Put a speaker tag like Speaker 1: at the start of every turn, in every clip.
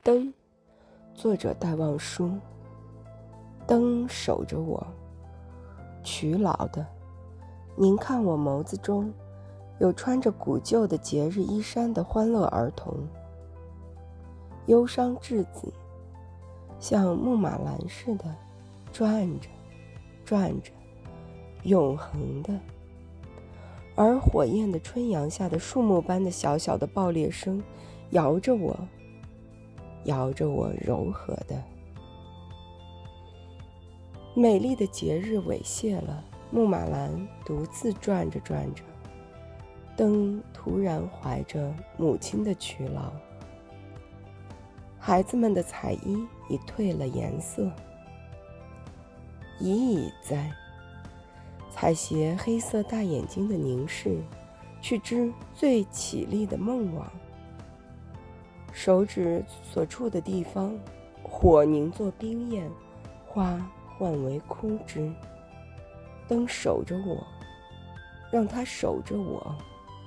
Speaker 1: 灯，作者戴望舒。灯守着我，曲老的，您看我眸子中有穿着古旧的节日衣衫的欢乐儿童，忧伤稚子像木马兰似的转着转着，永恒的。而火焰的春阳下的树木般的小小的爆裂声摇着我，摇着我柔和的。美丽的节日猥亵了，木马兰独自转着转着，灯突然怀着母亲的劬劳。孩子们的彩衣已褪了颜色，已在采撷黑色大眼睛的凝视，去织最绮丽的梦网。手指所触的地方，火凝作冰焰，花换为枯枝。灯守着我，让它守着我。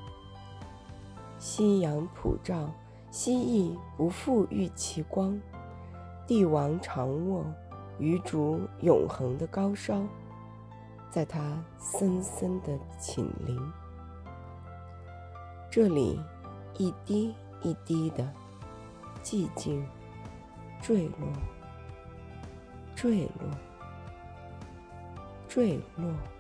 Speaker 1: 夕阳普照，蜥蜴不复遇其光，帝王长卧，余烛永恒的高烧，在它森森的寝灵。这里一滴一滴的寂静坠落，坠落，坠落。